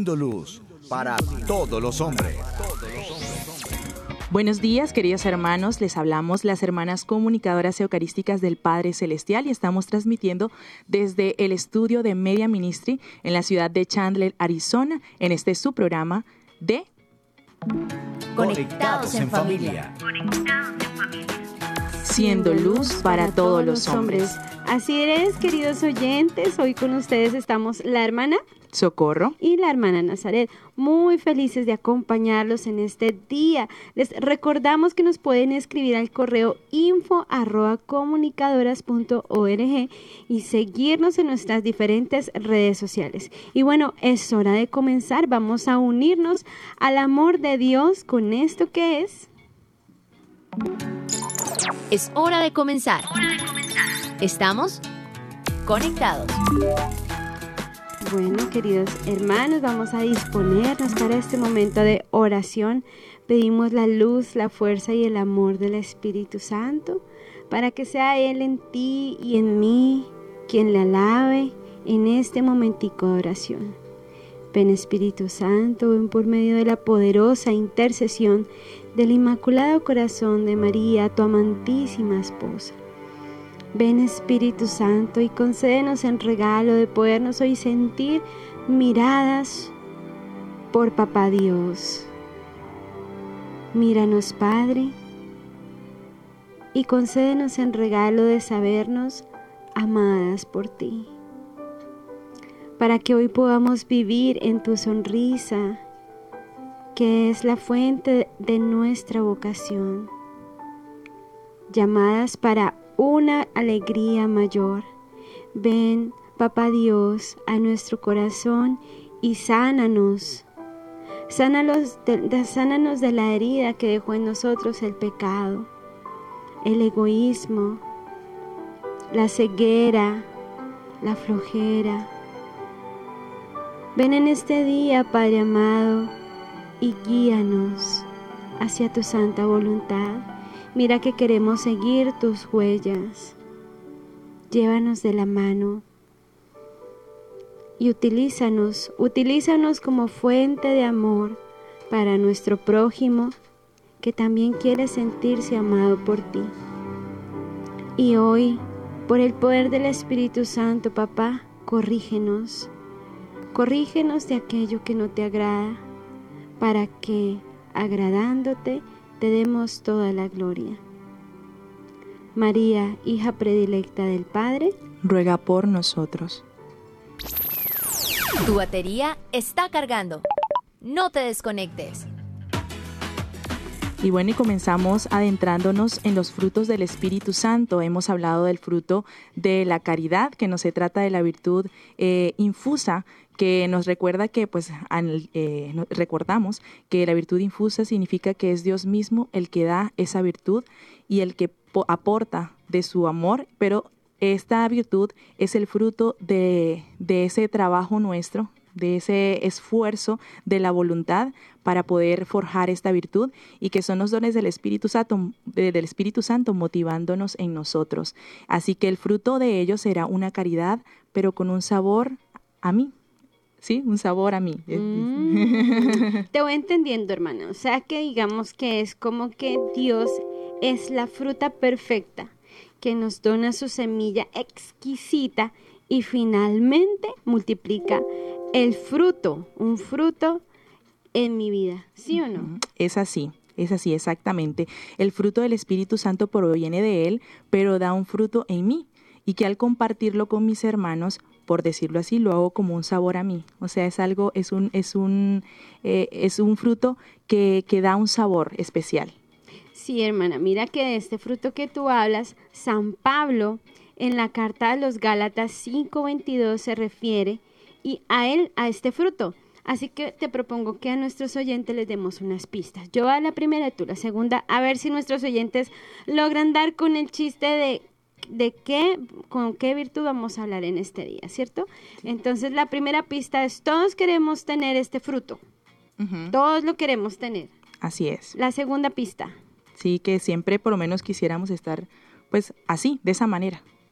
siendo luz para todos los hombres. Buenos días, queridos hermanos. Les hablamos las hermanas comunicadoras eucarísticas del Padre Celestial y estamos transmitiendo desde el estudio de Media Ministry en la ciudad de Chandler, Arizona, en este su programa de Conectados en familia. Siendo luz para todos los hombres. Así es, queridos oyentes, hoy con ustedes estamos la hermana Socorro y la hermana Nazaret, muy felices de acompañarlos en este día. Les recordamos que nos pueden escribir al correo info@comunicadoras.org y seguirnos en nuestras diferentes redes sociales. Y bueno, es hora de comenzar, vamos a unirnos al amor de Dios con esto que es... Es hora de comenzar. Estamos conectados. Bueno, queridos hermanos, vamos a disponernos para este momento de oración. Pedimos la luz, la fuerza y el amor del Espíritu Santo para que sea Él en ti y en mí quien le alabe en este momentico de oración. Ven, Espíritu Santo, ven por medio de la poderosa intercesión del Inmaculado Corazón de María, tu amantísima esposa. Ven, Espíritu Santo, y concédenos el regalo de podernos hoy sentir miradas por Papá Dios. Míranos, Padre, y concédenos el regalo de sabernos amadas por ti, para que hoy podamos vivir en tu sonrisa, que es la fuente de nuestra vocación, llamadas para una alegría mayor. Ven, Papá Dios, a nuestro corazón y sánanos. Sánanos de la herida que dejó en nosotros el pecado, el egoísmo, la ceguera, la flojera. Ven en este día, Padre amado, y guíanos hacia tu santa voluntad. Mira que queremos seguir tus huellas. Llévanos de la mano y utilízanos como fuente de amor para nuestro prójimo que también quiere sentirse amado por ti. Y hoy, por el poder del Espíritu Santo, Papá, corrígenos de aquello que no te agrada, para que, agradándote, te demos toda la gloria. María, hija predilecta del Padre, ruega por nosotros. Tu batería está cargando. No te desconectes. Y bueno, y comenzamos adentrándonos en los frutos del Espíritu Santo. Hemos hablado del fruto de la caridad, que no se trata de la virtud infusa, que nos recuerda que, recordamos que la virtud infusa significa que es Dios mismo el que da esa virtud y el que aporta de su amor, pero esta virtud es el fruto de ese trabajo nuestro, de ese esfuerzo de la voluntad para poder forjar esta virtud, y que son los dones del Espíritu Santo motivándonos en nosotros. Así que el fruto de ello será una caridad, pero con un sabor a mí. Sí, un sabor a mí. Te voy entendiendo, hermana. O sea, que digamos que es como que Dios es la fruta perfecta que nos dona su semilla exquisita y finalmente multiplica el fruto, un fruto en mi vida. ¿Sí o no? Es así, exactamente. El fruto del Espíritu Santo proviene de Él, pero da un fruto en mí, y que al compartirlo con mis hermanos, por decirlo así, lo hago como un sabor a mí. O sea, es un fruto que da un sabor especial. Sí, hermana, mira que de este fruto que tú hablas, San Pablo en la carta a los Gálatas 5:22 se refiere a este fruto. Así que te propongo que a nuestros oyentes les demos unas pistas. Yo a la primera y tú la segunda, a ver si nuestros oyentes logran dar con el chiste con qué virtud vamos a hablar en este día, ¿cierto? Entonces la primera pista es: todos queremos tener este fruto. Todos lo queremos tener. Así es. La segunda pista. Sí, que siempre por lo menos quisiéramos estar pues así, de esa manera.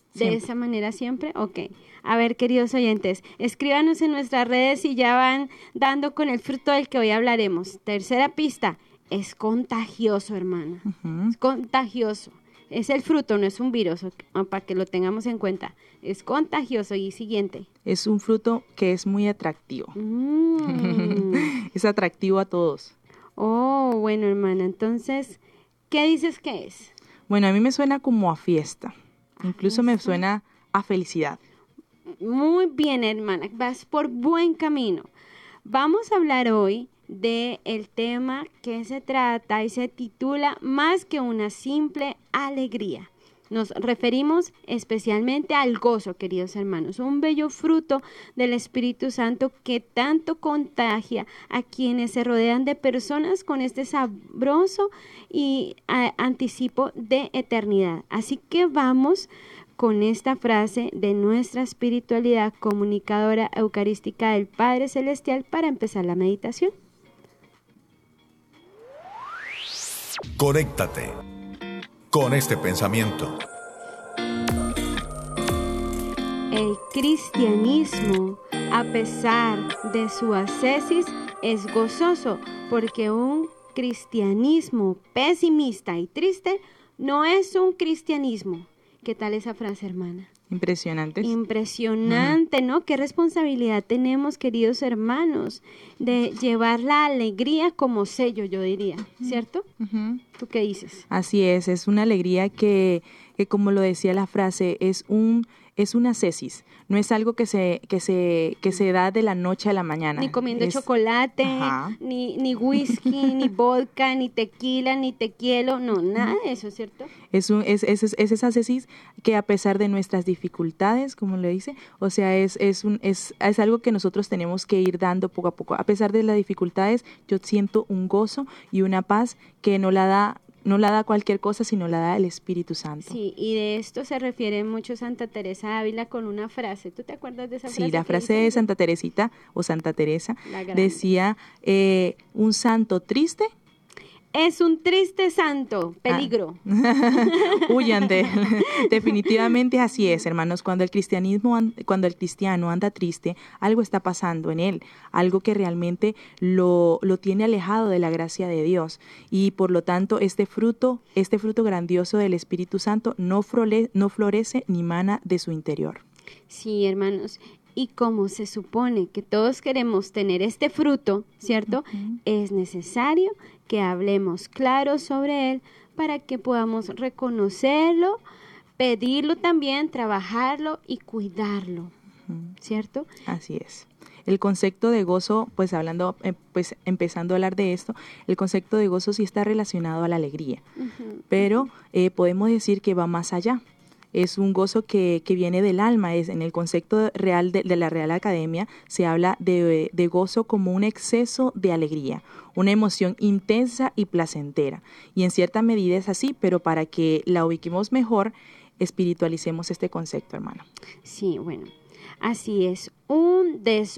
¿De esa manera siempre? Ok. A ver, queridos oyentes, escríbanos en nuestras redes si ya van dando con el fruto del que hoy hablaremos. Tercera pista, es contagioso, hermana. Es contagioso. Es el fruto, no es un virus, para que lo tengamos en cuenta. Es contagioso. Y siguiente. Es un fruto que es muy atractivo. Es atractivo a todos. Oh, bueno, hermana. Entonces, ¿qué dices que es? Bueno, a mí me suena como a fiesta. Incluso me suena a felicidad. Muy bien, hermana. Vas por buen camino. Vamos a hablar hoy del tema que se trata y se titula Más que una simple alegría. Nos referimos especialmente al gozo, queridos hermanos, un bello fruto del Espíritu Santo que tanto contagia a quienes se rodean de personas con este sabroso y anticipo de eternidad. Así que vamos con esta frase de nuestra espiritualidad comunicadora eucarística del Padre Celestial para empezar la meditación. Conéctate con este pensamiento. El cristianismo, a pesar de su ascesis, es gozoso, porque un cristianismo pesimista y triste no es un cristianismo. ¿Qué tal esa frase, hermana? Impresionante. Impresionante, ¿no? Qué responsabilidad tenemos, queridos hermanos, de llevar la alegría como sello, yo diría, ¿cierto? ¿Tú qué dices? Así es una alegría que como lo decía la frase, es una cesis, no es algo que se da de la noche a la mañana. Ni comiendo chocolate, ni whisky, ni vodka, ni tequila, ni tequielo, no, nada de eso, ¿cierto? Es esa cesis que a pesar de nuestras dificultades, como le dice, o sea, es algo que nosotros tenemos que ir dando poco a poco. A pesar de las dificultades, yo siento un gozo y una paz que no la da cualquier cosa, sino la da el Espíritu Santo. Sí, y de esto se refiere mucho Santa Teresa Ávila con una frase. ¿Tú te acuerdas de esa frase? Sí, la frase de Santa Teresita o Santa Teresa decía, un santo triste es un triste santo, peligro. Huyan de definitivamente así es, hermanos. Cuando el cristiano anda triste, algo está pasando en él, algo que realmente lo tiene alejado de la gracia de Dios. Y por lo tanto, este fruto grandioso del Espíritu Santo no florece ni mana de su interior. Sí, hermanos. Y como se supone que todos queremos tener este fruto, ¿cierto? Es necesario que hablemos claro sobre él para que podamos reconocerlo, pedirlo también, trabajarlo y cuidarlo, ¿cierto? Así es. El concepto de gozo, empezando a hablar de esto, el concepto de gozo sí está relacionado a la alegría, pero podemos decir que va más allá. Es un gozo que viene del alma. En el concepto real de la Real Academia se habla de gozo como un exceso de alegría, una emoción intensa y placentera. Y en cierta medida es así, pero para que la ubiquemos mejor, espiritualicemos este concepto, hermano. Sí, bueno, así es. Una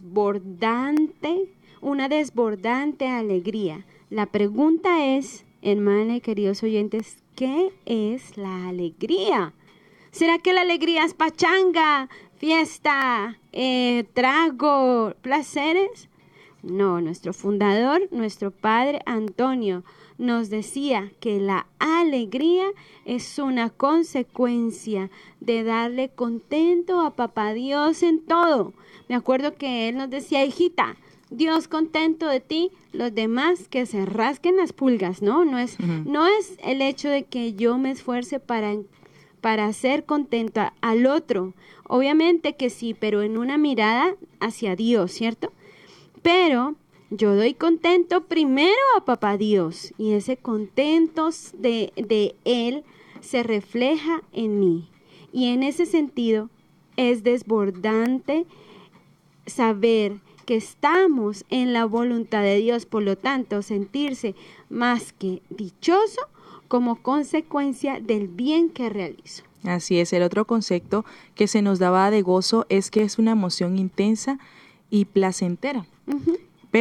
desbordante alegría. La pregunta es, hermana y queridos oyentes, ¿qué es la alegría? ¿Será que la alegría es pachanga, fiesta, trago, placeres? No, nuestro fundador, nuestro padre Antonio, nos decía que la alegría es una consecuencia de darle contento a Papá Dios en todo. Me acuerdo que él nos decía, hijita, Dios contento de ti, los demás que se rasquen las pulgas, ¿no? No es el hecho de que yo me esfuerce para hacer contento al otro. Obviamente que sí, pero en una mirada hacia Dios, ¿cierto? Pero yo doy contento primero a Papá Dios y ese contento de Él se refleja en mí. Y en ese sentido es desbordante saber que estamos en la voluntad de Dios, por lo tanto sentirse más que dichoso como consecuencia del bien que realizo. Así es, el otro concepto que se nos daba de gozo es que es una emoción intensa y placentera. Pero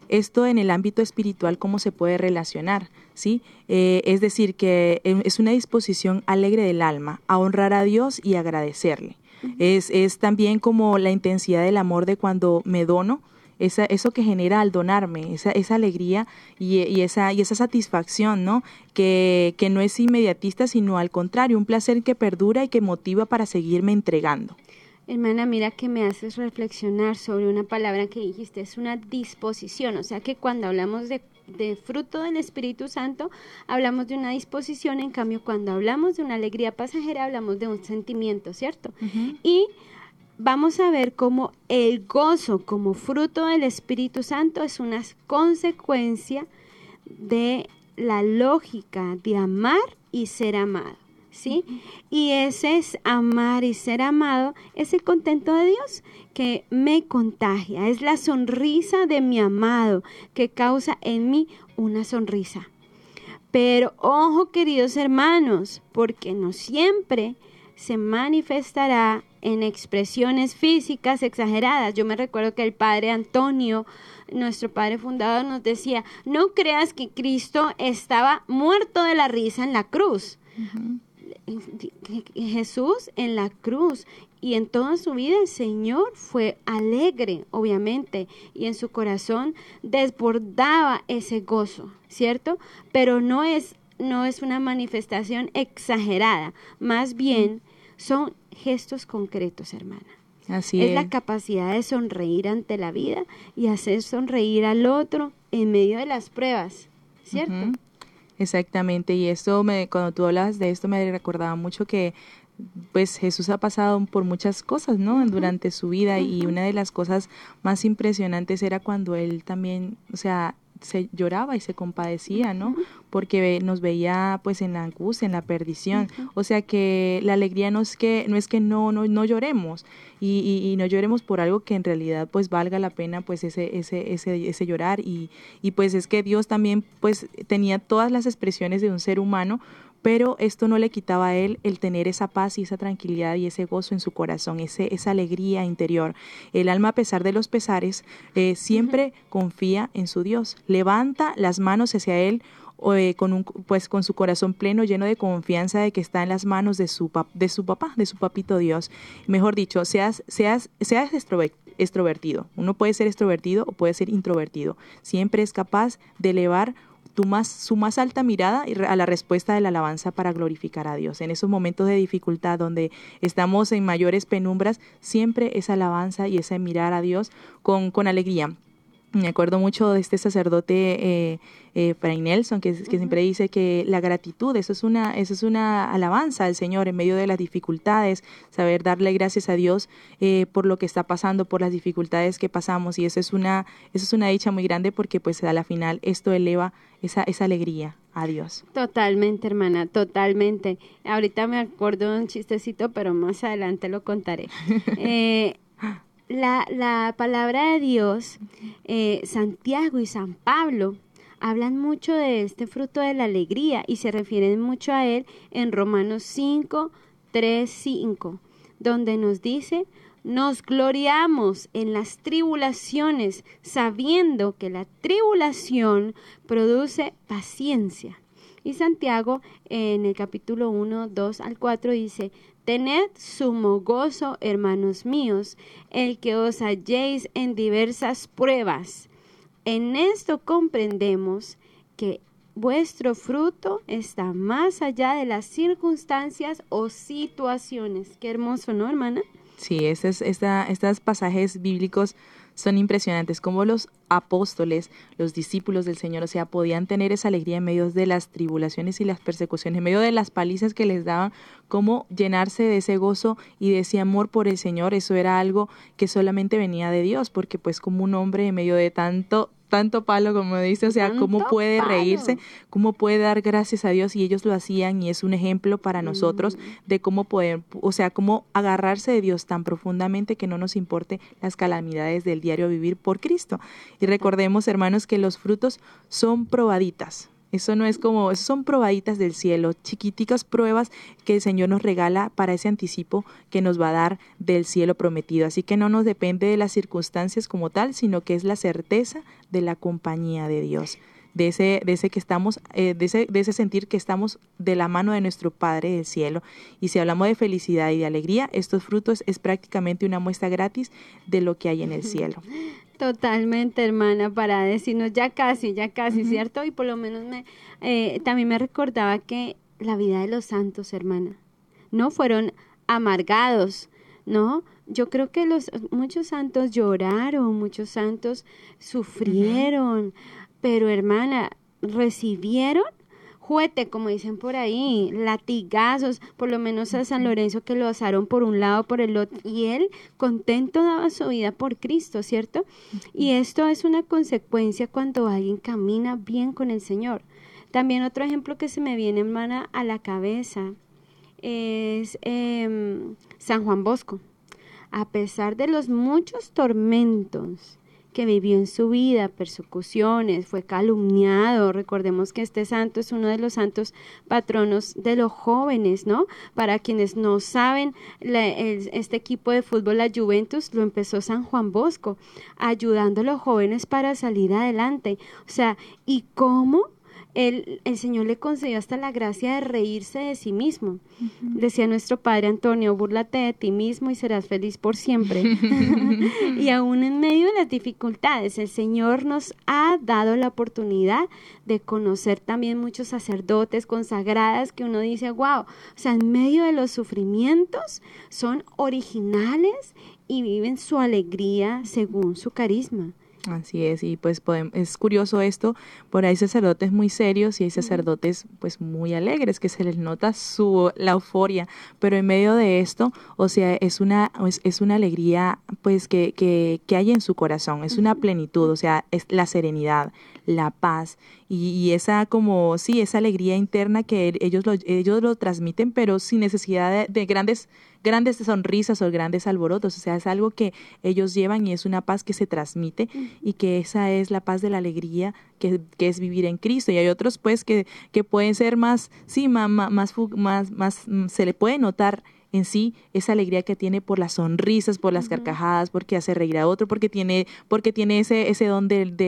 esto en el ámbito espiritual, ¿cómo se puede relacionar? ¿Sí? Es decir, que es una disposición alegre del alma a honrar a Dios y agradecerle. Es también como la intensidad del amor de cuando me dono, eso que genera al donarme, esa alegría y esa satisfacción, ¿no? Que no es inmediatista, sino al contrario, un placer que perdura y que motiva para seguirme entregando. Hermana, mira que me haces reflexionar sobre una palabra que dijiste, es una disposición, o sea que cuando hablamos de fruto del Espíritu Santo, hablamos de una disposición, en cambio cuando hablamos de una alegría pasajera, hablamos de un sentimiento, ¿cierto? Y vamos a ver cómo el gozo como fruto del Espíritu Santo es una consecuencia de la lógica de amar y ser amado, ¿sí? Y ese es amar y ser amado, es el contento de Dios que me contagia, es la sonrisa de mi amado que causa en mí una sonrisa. Pero ojo, queridos hermanos, porque no siempre se manifestará en expresiones físicas exageradas. Yo me recuerdo que el padre Antonio, nuestro padre fundador, nos decía, no creas que Cristo estaba muerto de la risa en la cruz. Jesús en la cruz y en toda su vida el Señor fue alegre, obviamente, y en su corazón desbordaba ese gozo, ¿cierto? Pero no es una manifestación exagerada, más bien son gestos concretos, hermana. Así es la capacidad de sonreír ante la vida y hacer sonreír al otro en medio de las pruebas, ¿cierto? Exactamente, y esto cuando tú hablabas de esto me recordaba mucho que pues Jesús ha pasado por muchas cosas, ¿no? Durante su vida, y una de las cosas más impresionantes era cuando él también, o sea, se lloraba y se compadecía, ¿no? Porque nos veía pues en la angustia, en la perdición. O sea que la alegría no es que no lloremos y no lloremos por algo que en realidad pues valga la pena pues ese llorar, y pues es que Dios también pues tenía todas las expresiones de un ser humano, pero esto no le quitaba a él el tener esa paz y esa tranquilidad y ese gozo en su corazón, esa alegría interior. El alma, a pesar de los pesares, siempre confía en su Dios, levanta las manos hacia él con su corazón pleno, lleno de confianza de que está en las manos de su papá, de su papito Dios. Mejor dicho, seas extrovertido. Uno puede ser extrovertido o puede ser introvertido. Siempre es capaz de elevar su más alta mirada a la respuesta de la alabanza para glorificar a Dios. En esos momentos de dificultad donde estamos en mayores penumbras, siempre esa alabanza y ese mirar a Dios con alegría. Me acuerdo mucho de este sacerdote Fray Nelson, que siempre dice que la gratitud, eso es una alabanza al Señor en medio de las dificultades, saber darle gracias a Dios por lo que está pasando, por las dificultades que pasamos, y eso es una dicha muy grande, porque pues a la final esto eleva esa alegría a Dios. Totalmente, hermana, totalmente. Ahorita me acuerdo de un chistecito, pero más adelante lo contaré. La palabra de Dios, Santiago y San Pablo hablan mucho de este fruto de la alegría y se refieren mucho a él en Romanos 5, 3, 5, donde nos dice: nos gloriamos en las tribulaciones, sabiendo que la tribulación produce paciencia. Y Santiago en el capítulo 1, 2 al 4 dice: tened sumo gozo, hermanos míos, el que os halléis en diversas pruebas. En esto comprendemos que vuestro fruto está más allá de las circunstancias o situaciones. Qué hermoso, ¿no, hermana? Sí, estos pasajes bíblicos son impresionantes, como los apóstoles, los discípulos del Señor, o sea, podían tener esa alegría en medio de las tribulaciones y las persecuciones, en medio de las palizas que les daban, cómo llenarse de ese gozo y de ese amor por el Señor. Eso era algo que solamente venía de Dios, porque pues como un hombre en medio de tanto palo, como dice, o sea, cómo puede reírse, cómo puede dar gracias a Dios, y ellos lo hacían, y es un ejemplo para nosotros de cómo poder, o sea, cómo agarrarse de Dios tan profundamente que no nos importe las calamidades del diario vivir por Cristo. Y recordemos, hermanos, que los frutos son probaditas. Eso no es como, eso son probaditas del cielo, chiquiticas pruebas que el Señor nos regala para ese anticipo que nos va a dar del cielo prometido. Así que no nos depende de las circunstancias como tal, sino que es la certeza de la compañía de Dios, de ese que estamos, de ese sentir que estamos de la mano de nuestro Padre del cielo. Y si hablamos de felicidad y de alegría, estos frutos es prácticamente una muestra gratis de lo que hay en el cielo. Totalmente, hermana, para decirnos ya casi, ¿cierto? Y por lo menos también me recordaba que la vida de los santos, hermana, no fueron amargados, ¿no? Yo creo que muchos santos lloraron, muchos santos sufrieron, pero hermana, recibieron juguete, como dicen por ahí, latigazos, por lo menos a San Lorenzo que lo asaron por un lado, por el otro, y él contento daba su vida por Cristo, ¿cierto? Y esto es una consecuencia cuando alguien camina bien con el Señor. También otro ejemplo que se me viene, hermana, a la cabeza es San Juan Bosco. A pesar de los muchos tormentos que vivió en su vida, persecuciones, fue calumniado. Recordemos que este santo es uno de los santos patronos de los jóvenes, ¿no? Para quienes no saben, este equipo de fútbol, la Juventus, lo empezó San Juan Bosco, ayudando a los jóvenes para salir adelante. O sea, ¿y cómo? El Señor le concedió hasta la gracia de reírse de sí mismo. Decía nuestro padre Antonio, búrlate de ti mismo y serás feliz por siempre. Y aún en medio de las dificultades, el Señor nos ha dado la oportunidad de conocer también muchos sacerdotes consagradas que uno dice, wow, o sea, en medio de los sufrimientos son originales y viven su alegría según su carisma. Así es, y pues es curioso esto, por ahí hay sacerdotes muy serios y hay sacerdotes pues muy alegres, que se les nota la euforia, pero en medio de esto, o sea, es una alegría pues que hay en su corazón, es una plenitud, o sea, es la serenidad, la paz y esa como, sí, esa alegría interna que ellos lo transmiten, pero sin necesidad de grandes sonrisas o grandes alborotos, o sea, es algo que ellos llevan y es una paz que se transmite y que esa es la paz de la alegría que es vivir en Cristo. Y hay otros pues que pueden ser más, sí, más se le puede notar en sí esa alegría que tiene por las sonrisas, por las carcajadas, porque hace reír a otro, porque tiene ese don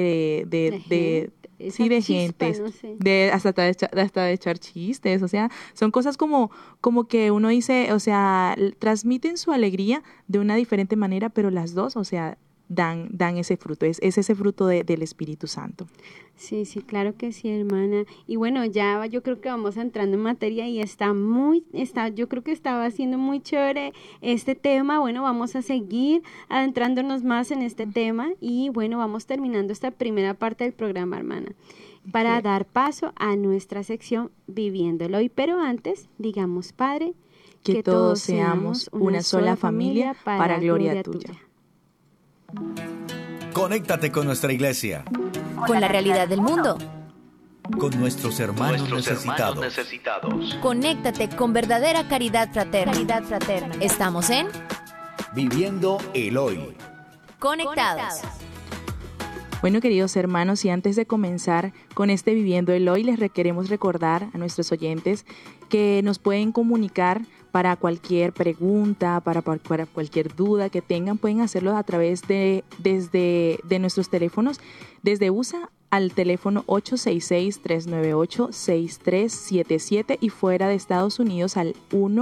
de gentes, no sé. hasta de echar chistes, o sea, son cosas como que uno dice, o sea, transmiten su alegría de una diferente manera, pero las dos, o sea, dan ese fruto, es ese fruto del Espíritu Santo. Sí, claro que sí, hermana. Y bueno, ya yo creo que vamos entrando en materia y yo creo que estaba siendo muy chévere este tema. Bueno, vamos a seguir adentrándonos más en este tema y bueno, vamos terminando esta primera parte del programa, hermana, para dar paso a nuestra sección Viviéndolo Hoy. Pero antes, digamos, Padre, que todos seamos una sola familia para gloria tuya. Conéctate con nuestra iglesia. Con la realidad del mundo. Con nuestros hermanos necesitados. Conéctate con verdadera caridad fraterna. Estamos en Viviendo el Hoy. Conectados. Bueno, queridos hermanos, y antes de comenzar con este Viviendo el Hoy, les queremos recordar a nuestros oyentes que nos pueden comunicar para cualquier pregunta, para cualquier duda que tengan, pueden hacerlo a través de nuestros teléfonos, desde USA al teléfono 866-398-6377 y fuera de Estados Unidos al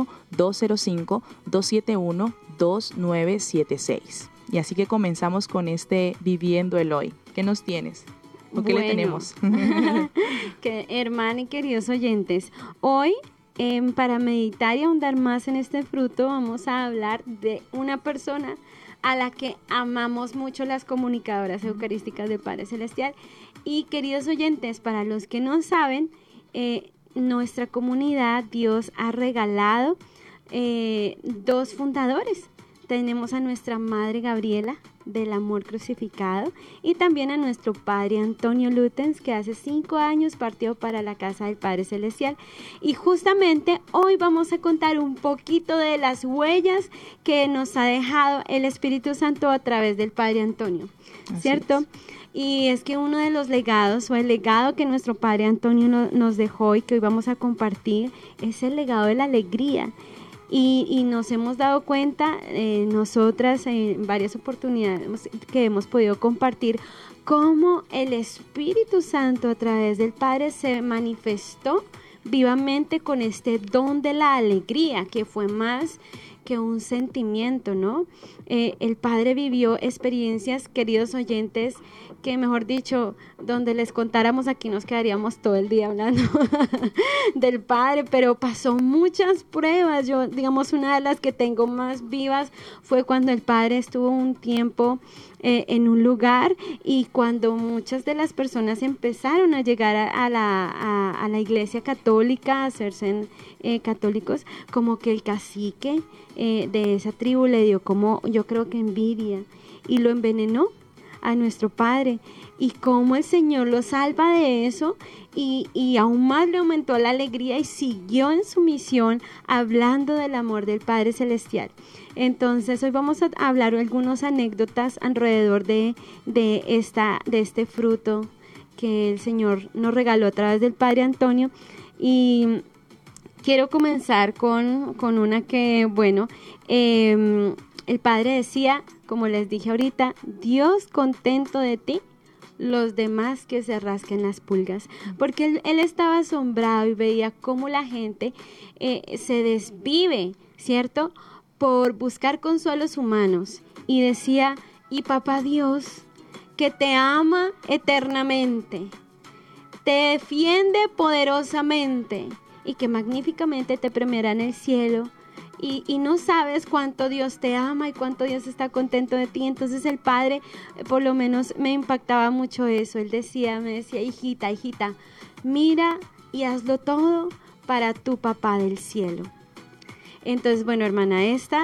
1-205-271-2976. Y así que comenzamos con este Viviendo el Hoy. ¿Qué nos tienes? ¿O qué le tenemos? Hermana y queridos oyentes, hoy para meditar y ahondar más en este fruto vamos a hablar de una persona a la que amamos mucho, las comunicadoras eucarísticas de Padre Celestial. Y queridos oyentes, para los que no saben, nuestra comunidad, Dios ha regalado 2 fundadores. Tenemos a nuestra Madre Gabriela del Amor Crucificado y también a nuestro Padre Antonio Lutens, que hace 5 años partió para la casa del Padre Celestial. Y justamente hoy vamos a contar un poquito de las huellas que nos ha dejado el Espíritu Santo a través del Padre Antonio, ¿cierto? Y es que uno de los legados o el legado que nuestro padre Antonio nos dejó y que hoy vamos a compartir es el legado de la alegría. Y nos hemos dado cuenta, nosotras en varias oportunidades que hemos podido compartir, cómo el Espíritu Santo a través del Padre se manifestó vivamente con este don de la alegría, que fue más que un sentimiento, ¿no? El Padre vivió experiencias, queridos oyentes, que mejor dicho, donde les contáramos aquí nos quedaríamos todo el día hablando del Padre, pero pasó muchas pruebas. Yo, digamos, una de las que tengo más vivas fue cuando el Padre estuvo un tiempo en un lugar, y cuando muchas de las personas empezaron a llegar a la iglesia católica, a hacerse católicos, como que el cacique de esa tribu le dio como, yo creo que envidia, y lo envenenó a nuestro Padre, y cómo el Señor lo salva de eso, y aún más le aumentó la alegría y siguió en su misión hablando del amor del Padre Celestial. Entonces hoy vamos a hablar algunas anécdotas alrededor de este fruto que el Señor nos regaló a través del Padre Antonio, y quiero comenzar con una que, bueno, el Padre decía, como les dije ahorita, Dios contento de ti, los demás que se rasquen las pulgas, porque él estaba asombrado y veía cómo la gente se desvive, ¿cierto?, por buscar consuelos humanos, y decía, y Papá Dios, que te ama eternamente, te defiende poderosamente, y que magníficamente te premiará en el cielo, y no sabes cuánto Dios te ama y cuánto Dios está contento de ti. Entonces el Padre, por lo menos me impactaba mucho eso. Él me decía, hijita, mira y hazlo todo para tu Papá del cielo. Entonces, bueno, hermana, esta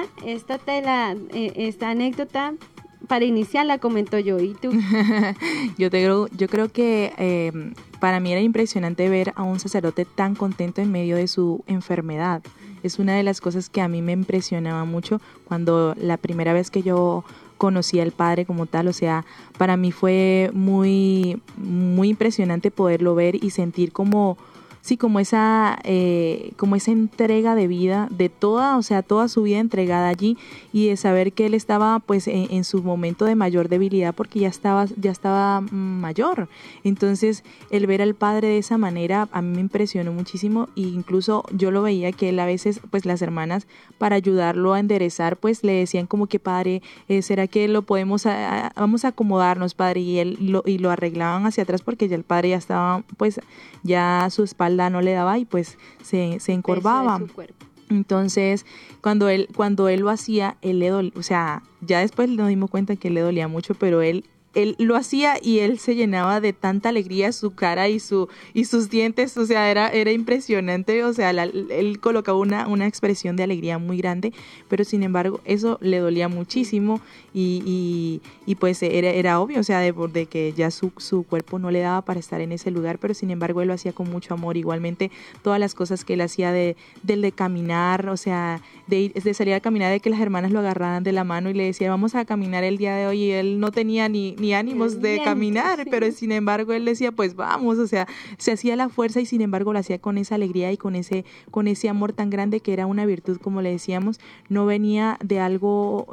anécdota para iniciar la comento yo, ¿y tú? Yo creo que para mí era impresionante ver a un sacerdote tan contento en medio de su enfermedad. Es una de las cosas que a mí me impresionaba mucho cuando la primera vez que yo conocí al Padre como tal. O sea, para mí fue muy, muy impresionante poderlo ver y sentir como esa entrega de vida, de toda su vida entregada allí, y de saber que él estaba pues en su momento de mayor debilidad, porque ya estaba mayor. Entonces, el ver al Padre de esa manera a mí me impresionó muchísimo, e incluso yo lo veía que él a veces, pues las hermanas, para ayudarlo a enderezar, pues le decían como que, Padre, ¿será que lo podemos, vamos a acomodarnos, Padre? Y él lo arreglaban hacia atrás, porque ya el Padre ya estaba, pues ya su espalda no le daba, y pues se encorvaba. Entonces, cuando él lo hacía, él le dolía, o sea, ya después nos dimos cuenta que le dolía mucho, pero él lo hacía y él se llenaba de tanta alegría su cara y sus dientes. O sea, era impresionante. O sea, él colocaba una expresión de alegría muy grande, pero sin embargo eso le dolía muchísimo, y pues era obvio, o sea, de que ya su cuerpo no le daba para estar en ese lugar, pero sin embargo él lo hacía con mucho amor. Igualmente todas las cosas que él hacía de caminar, o sea, de salir a caminar, de que las hermanas lo agarraran de la mano y le decían, vamos a caminar el día de hoy, y él no tenía ni ánimos de caminar, sí. Pero sin embargo él decía, pues vamos, o sea, se hacía la fuerza, y sin embargo lo hacía con esa alegría y con ese amor tan grande, que era una virtud, como le decíamos, no venía de algo,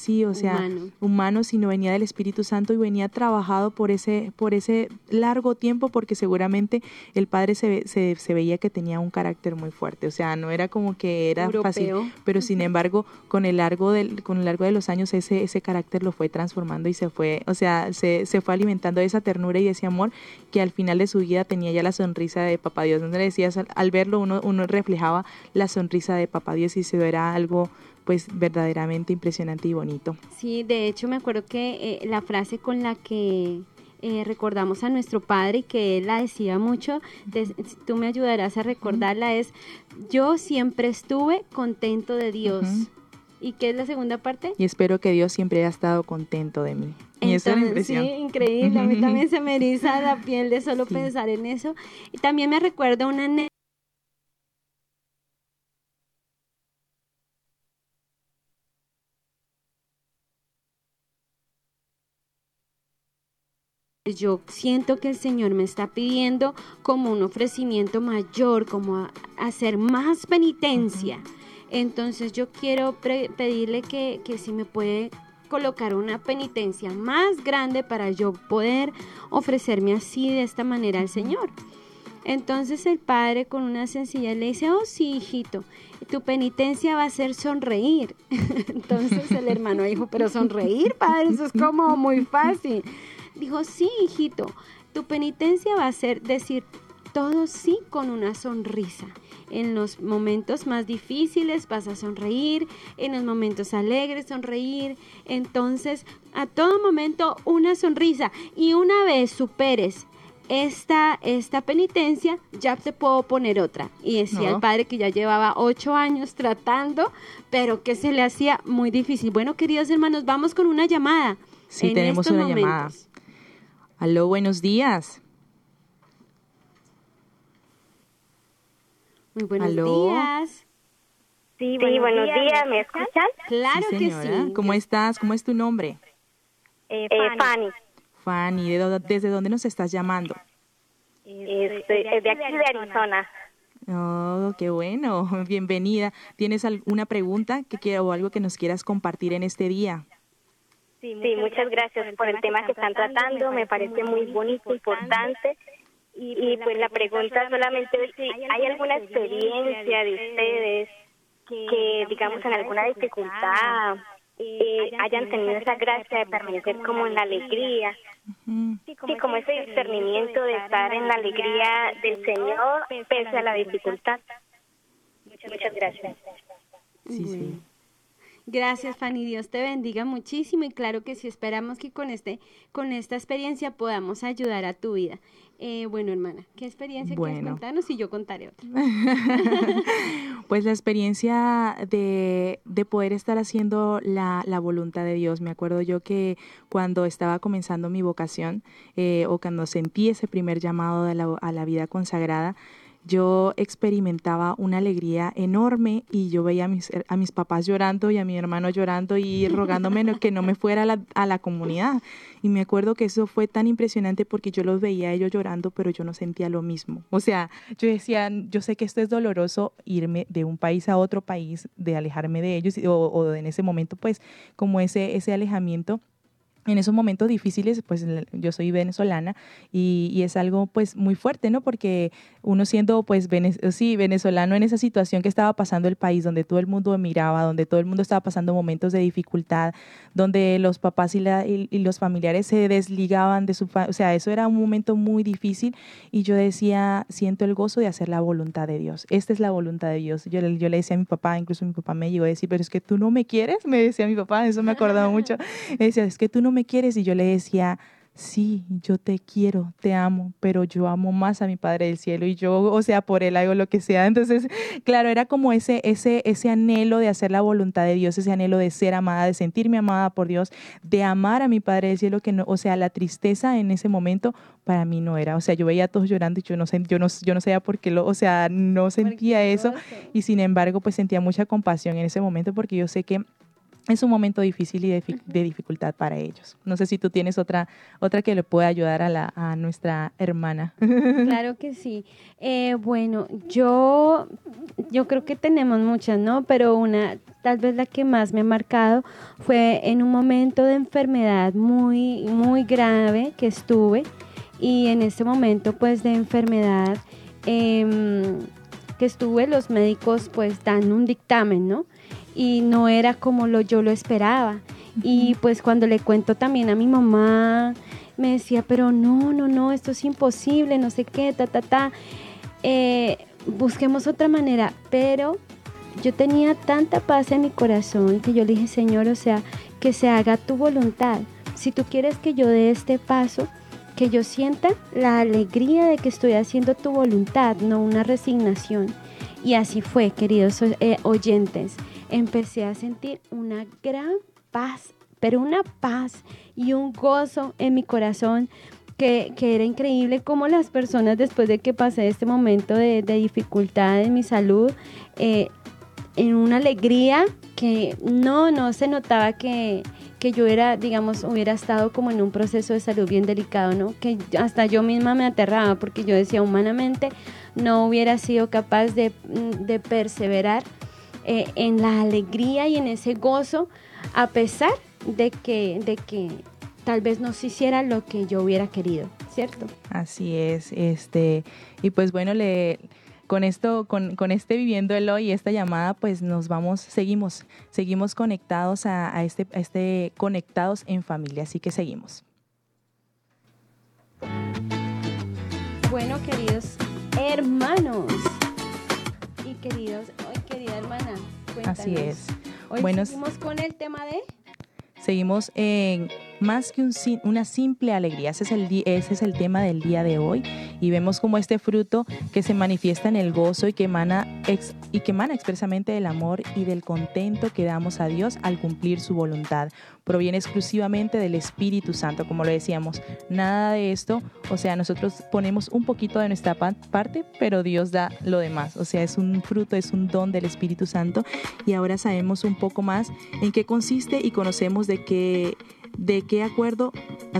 humano, sino venía del Espíritu Santo, y venía trabajado por ese largo tiempo, porque seguramente el Padre se veía que tenía un carácter muy fuerte. O sea, no era como que era europeo, fácil, pero sin embargo con el largo de los años ese carácter lo fue transformando, y se fue alimentando de esa ternura y de ese amor, que al final de su vida tenía ya la sonrisa de Papá Dios. Donde le decías, al verlo uno reflejaba la sonrisa de Papá Dios, y se era algo pues verdaderamente impresionante y bonito. Sí, de hecho me acuerdo que la frase con la que recordamos a nuestro Padre, y que él la decía mucho, tú me ayudarás a recordarla, es: yo siempre estuve contento de Dios. ¿Y qué es la segunda parte? Y espero que Dios siempre haya estado contento de mí. Y eso es una impresión. Sí, increíble. A mí también se me eriza la piel de solo pensar en eso. Y también me recuerda una yo siento que el Señor me está pidiendo como un ofrecimiento mayor, como hacer más penitencia. Entonces yo quiero pedirle que si me puede colocar una penitencia más grande para yo poder ofrecerme así de esta manera al Señor. Entonces el padre con una sencillez le dice, oh sí, hijito, tu penitencia va a ser sonreír. Entonces el hermano dijo, pero sonreír, padre, eso es como muy fácil. Dijo, sí, hijito, tu penitencia va a ser decir todo sí con una sonrisa. En los momentos más difíciles vas a sonreír, en los momentos alegres sonreír. Entonces, a todo momento una sonrisa. Y una vez superes esta penitencia, ya te puedo poner otra. Y decía el padre que ya llevaba 8 años tratando, pero que se le hacía muy difícil. Bueno, queridos hermanos, vamos con una llamada. Sí, tenemos una llamada. Aló, buenos días. Muy buenos días. Sí, buenos días. ¿Me escuchan? Claro sí, que sí. ¿Cómo estás? ¿Cómo es tu nombre? Fanny. Fanny, ¿desde dónde nos estás llamando? De aquí de Arizona. Oh, qué bueno. Bienvenida. ¿Tienes alguna pregunta o algo que nos quieras compartir en este día? Sí, muchas gracias por el tema que están tratando. Me parece muy bonito, importante. Y pues la pregunta solamente es si hay alguna experiencia de ustedes que, digamos, en alguna dificultad hayan tenido esa gracia de permanecer como en la alegría. Sí, como ese discernimiento de estar en la alegría del Señor pese a la dificultad. Muchas gracias. Sí. Gracias, Fanny, Dios te bendiga muchísimo y claro que sí, esperamos que con esta experiencia podamos ayudar a tu vida. Bueno, hermana, ¿qué experiencia quieres contarnos? Y yo contaré otra. Pues la experiencia de poder estar haciendo la voluntad de Dios. Me acuerdo yo que cuando estaba comenzando mi vocación o cuando sentí ese primer llamado a la vida consagrada, yo experimentaba una alegría enorme y yo veía a mis papás llorando y a mi hermano llorando y rogándome que no me fuera a la comunidad. Y me acuerdo que eso fue tan impresionante porque yo los veía a ellos llorando, pero yo no sentía lo mismo. O sea, yo decía, yo sé que esto es doloroso, irme de un país a otro país, de alejarme de ellos o en ese momento, pues, como ese alejamiento. En esos momentos difíciles, pues yo soy venezolana y es algo pues muy fuerte, ¿no? Porque uno siendo pues venezolano en esa situación que estaba pasando el país, donde todo el mundo emigraba, donde todo el mundo estaba pasando momentos de dificultad, donde los papás y los familiares se desligaban de o sea, eso era un momento muy difícil y yo decía, siento el gozo de hacer la voluntad de Dios. Esta es la voluntad de Dios. Yo le decía a mi papá, incluso mi papá me llegó a decir, pero es que tú no me quieres, me decía mi papá, eso me acordaba mucho. Me decía, es que tú no me quieres, y yo le decía, sí, yo te quiero, te amo, pero yo amo más a mi Padre del Cielo y yo, o sea, por Él hago lo que sea. Entonces, claro, era como ese anhelo de hacer la voluntad de Dios, ese anhelo de ser amada, de sentirme amada por Dios, de amar a mi Padre del Cielo, que no, o sea, la tristeza en ese momento para mí no era, o sea, yo veía a todos llorando y yo no sabía por qué o sea, no sentía eso y sin embargo, pues sentía mucha compasión en ese momento porque yo sé que es un momento difícil y de dificultad para ellos. No sé si tú tienes otra que le pueda ayudar a nuestra hermana. Claro que sí. Bueno, yo creo que tenemos muchas, ¿no? Pero tal vez la que más me ha marcado fue en un momento de enfermedad muy, muy grave que estuve. Y en ese momento, pues, de enfermedad que estuve, los médicos, pues, dan un dictamen, ¿no? Y no era como yo lo esperaba. Y pues cuando le cuento también a mi mamá, me decía, pero no, esto es imposible, no sé qué, busquemos otra manera. Pero yo tenía tanta paz en mi corazón que yo le dije, Señor, o sea, que se haga tu voluntad. Si tú quieres que yo dé este paso, que yo sienta la alegría de que estoy haciendo tu voluntad, no una resignación. Y así fue, queridos oyentes. Empecé a sentir una gran paz, pero una paz y un gozo en mi corazón que era increíble cómo las personas después de que pasé este momento de dificultad en mi salud, en una alegría que no se notaba que que yo era, digamos, hubiera estado como en un proceso de salud bien delicado, ¿no? Que hasta yo misma me aterraba porque yo decía, humanamente no hubiera sido capaz de perseverar en la alegría y en ese gozo, a pesar de que tal vez no se hiciera lo que yo hubiera querido, ¿cierto? Así es, y pues bueno, con esto, con este Viviendo el Hoy, esta llamada, pues seguimos conectados a este conectados en familia, así que seguimos. Bueno, queridos hermanos y querida hermana, cuéntanos. Así es. Hoy seguimos con el tema de... Seguimos en más que una simple alegría. Ese es el tema del día de hoy. Y vemos como este fruto que se manifiesta en el gozo y que emana expresamente del amor y del contento que damos a Dios al cumplir su voluntad. Proviene exclusivamente del Espíritu Santo, como lo decíamos. Nada de esto, o sea, nosotros ponemos un poquito de nuestra parte, pero Dios da lo demás. O sea, es un fruto, es un don del Espíritu Santo. Y ahora sabemos un poco más en qué consiste y conocemos de qué acuerdo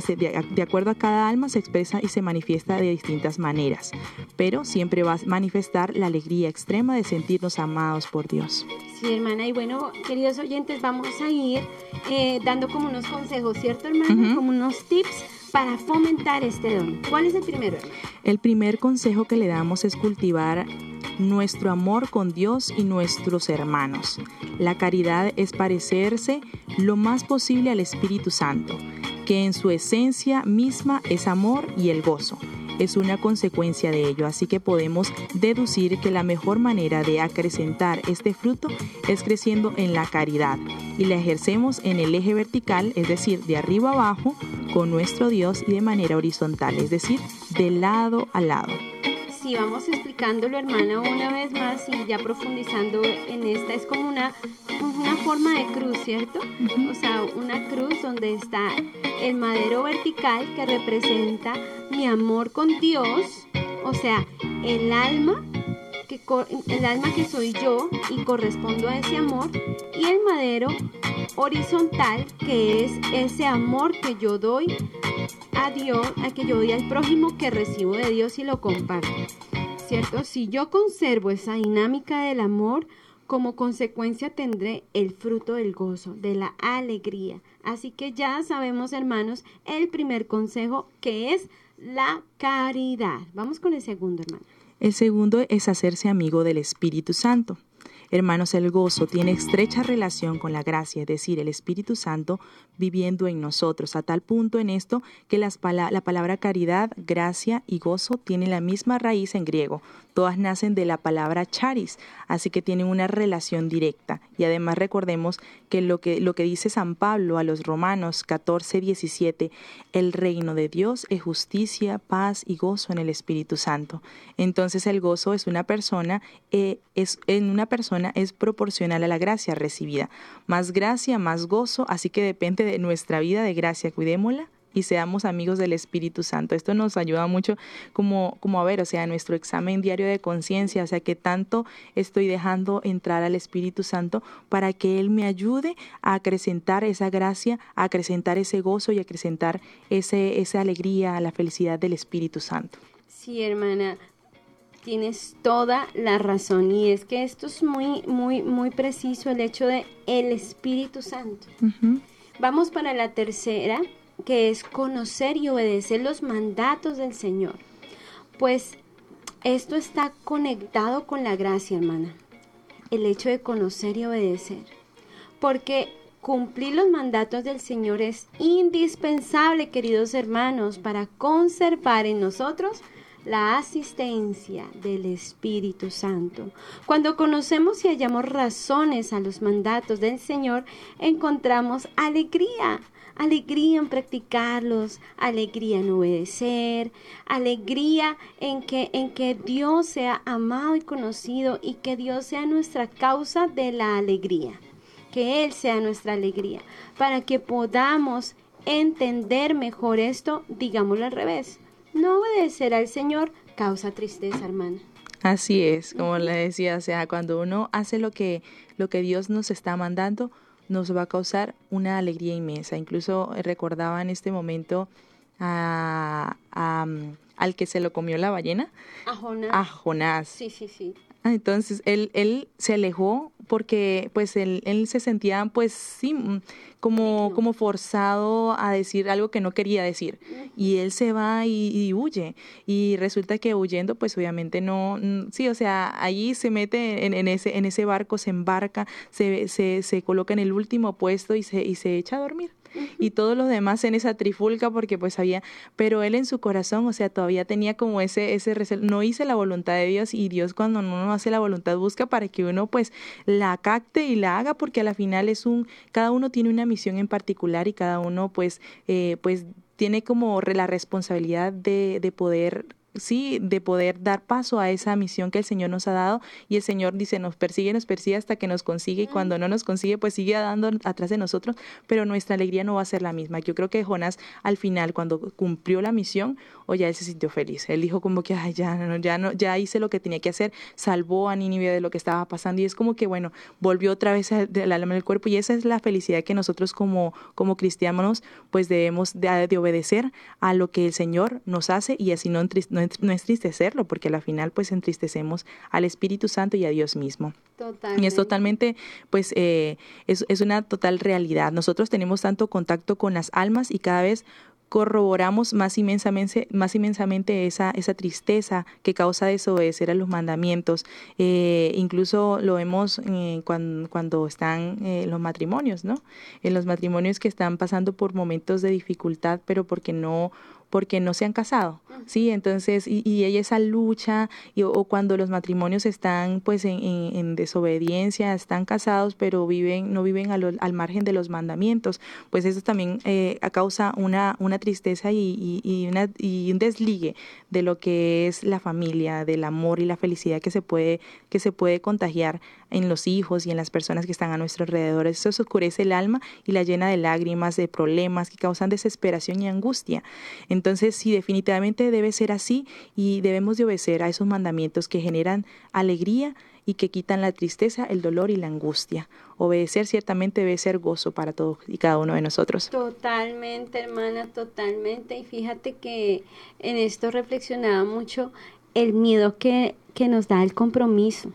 a cada alma se expresa y se manifiesta de distintas maneras, pero siempre va a manifestar la alegría extrema de sentirnos amados por Dios. Sí, hermana, y bueno, queridos oyentes, vamos a ir dando como unos consejos, ¿cierto, hermana? Como unos tips para fomentar este don. ¿Cuál es el primero, hermana? El primer consejo que le damos es cultivar nuestro amor con Dios y nuestros hermanos. La caridad es parecerse lo más posible al Espíritu Santo, que en su esencia misma es amor y el gozo. Es una consecuencia de ello, así que podemos deducir que la mejor manera de acrecentar este fruto es creciendo en la caridad y la ejercemos en el eje vertical, es decir, de arriba a abajo, con nuestro Dios y de manera horizontal, es decir, de lado a lado. Sí, vamos explicándolo, hermana, una vez más y ya profundizando en esta. Es como una forma de cruz, ¿cierto? O sea, una cruz donde está el madero vertical que representa mi amor con Dios, o sea, el alma que soy yo y correspondo a ese amor, y el madero horizontal que es ese amor que yo doy a Dios, que yo doy al prójimo, que recibo de Dios y lo comparto, ¿cierto? Si yo conservo esa dinámica del amor, como consecuencia tendré el fruto del gozo, de la alegría. Así que ya sabemos, hermanos, el primer consejo, que es la caridad. Vamos con el segundo, hermano. El segundo es hacerse amigo del Espíritu Santo. Hermanos, el gozo tiene estrecha relación con la gracia, es decir, el Espíritu Santo viviendo en nosotros, a tal punto en esto que la palabra caridad, gracia y gozo tienen la misma raíz en griego. Todas nacen de la palabra charis, así que tienen una relación directa. Y además recordemos que lo que dice San Pablo a los Romanos 14:17, el reino de Dios es justicia, paz y gozo en el Espíritu Santo. Entonces el gozo es es proporcional a la gracia recibida. Más gracia, más gozo, así que depende de nuestra vida de gracia. Cuidémosla y seamos amigos del Espíritu Santo. Esto nos ayuda mucho como a ver, o sea, nuestro examen diario de conciencia, o sea, que tanto estoy dejando entrar al Espíritu Santo para que Él me ayude a acrecentar esa gracia, a acrecentar ese gozo y a acrecentar esa alegría, la felicidad del Espíritu Santo. Sí, hermana, tienes toda la razón, y es que esto es muy, muy, muy preciso, el hecho de el Espíritu Santo. Vamos para la tercera, que es conocer y obedecer los mandatos del Señor. Pues esto está conectado con la gracia, hermana, el hecho de conocer y obedecer, porque cumplir los mandatos del Señor es indispensable, queridos hermanos, para conservar en nosotros la asistencia del Espíritu Santo. Cuando conocemos y hallamos razones a los mandatos del Señor, encontramos alegría en practicarlos, alegría en obedecer, alegría en que Dios sea amado y conocido, y que Dios sea nuestra causa de la alegría, que Él sea nuestra alegría. Para que podamos entender mejor esto, digámoslo al revés: no obedecer al Señor causa tristeza, hermana. Así es, como le decía, o sea, cuando uno hace lo que Dios nos está mandando, nos va a causar una alegría inmensa. Incluso recordaba en este momento al que se lo comió la ballena. A Jonás. Sí. Entonces él se alejó porque pues él se sentía pues sí como forzado a decir algo que no quería decir, y él se va y huye, y resulta que huyendo pues obviamente sí, o sea, allí se mete en ese barco, se embarca, se coloca en el último puesto y se echa a dormir. Y todos los demás en esa trifulca porque pues pero él en su corazón, o sea, todavía tenía como ese recelo. No hice la voluntad de Dios, y Dios cuando uno hace la voluntad busca para que uno pues la capte y la haga, porque a la final cada uno tiene una misión en particular, y cada uno pues tiene como la responsabilidad de poder dar paso a esa misión que el Señor nos ha dado. Y el Señor dice, nos persigue hasta que nos consigue, y cuando no nos consigue pues sigue dando atrás de nosotros, pero nuestra alegría no va a ser la misma. Yo creo que Jonás al final, cuando cumplió la misión, ya él se sintió feliz. Él dijo como que ya hice lo que tenía que hacer, salvó a Nínive de lo que estaba pasando, y es como que bueno, volvió otra vez el alma del cuerpo, y esa es la felicidad que nosotros como cristianos pues debemos de obedecer a lo que el Señor nos hace, y así no entristecerlo, porque a la final pues entristecemos al Espíritu Santo y a Dios mismo. Totalmente. Y es totalmente, pues es una total realidad. Nosotros tenemos tanto contacto con las almas, y cada vez corroboramos más inmensamente esa tristeza que causa desobedecer a los mandamientos. Incluso lo vemos cuando están los matrimonios, ¿no? En los matrimonios que están pasando por momentos de dificultad, pero porque no se han casado, ¿sí? Entonces, y hay esa lucha, o cuando los matrimonios están pues en desobediencia, están casados, pero no viven al margen de los mandamientos, pues eso también causa una tristeza y un desligue de lo que es la familia, del amor y la felicidad que se puede contagiar en los hijos y en las personas que están a nuestro alrededor. Eso oscurece el alma y la llena de lágrimas, de problemas que causan desesperación y angustia. Entonces, sí, definitivamente debe ser así, y debemos de obedecer a esos mandamientos que generan alegría y que quitan la tristeza, el dolor y la angustia. Obedecer ciertamente debe ser gozo para todos y cada uno de nosotros. Totalmente, hermana, totalmente. Y fíjate que en esto reflexionaba mucho el miedo que nos da el compromiso.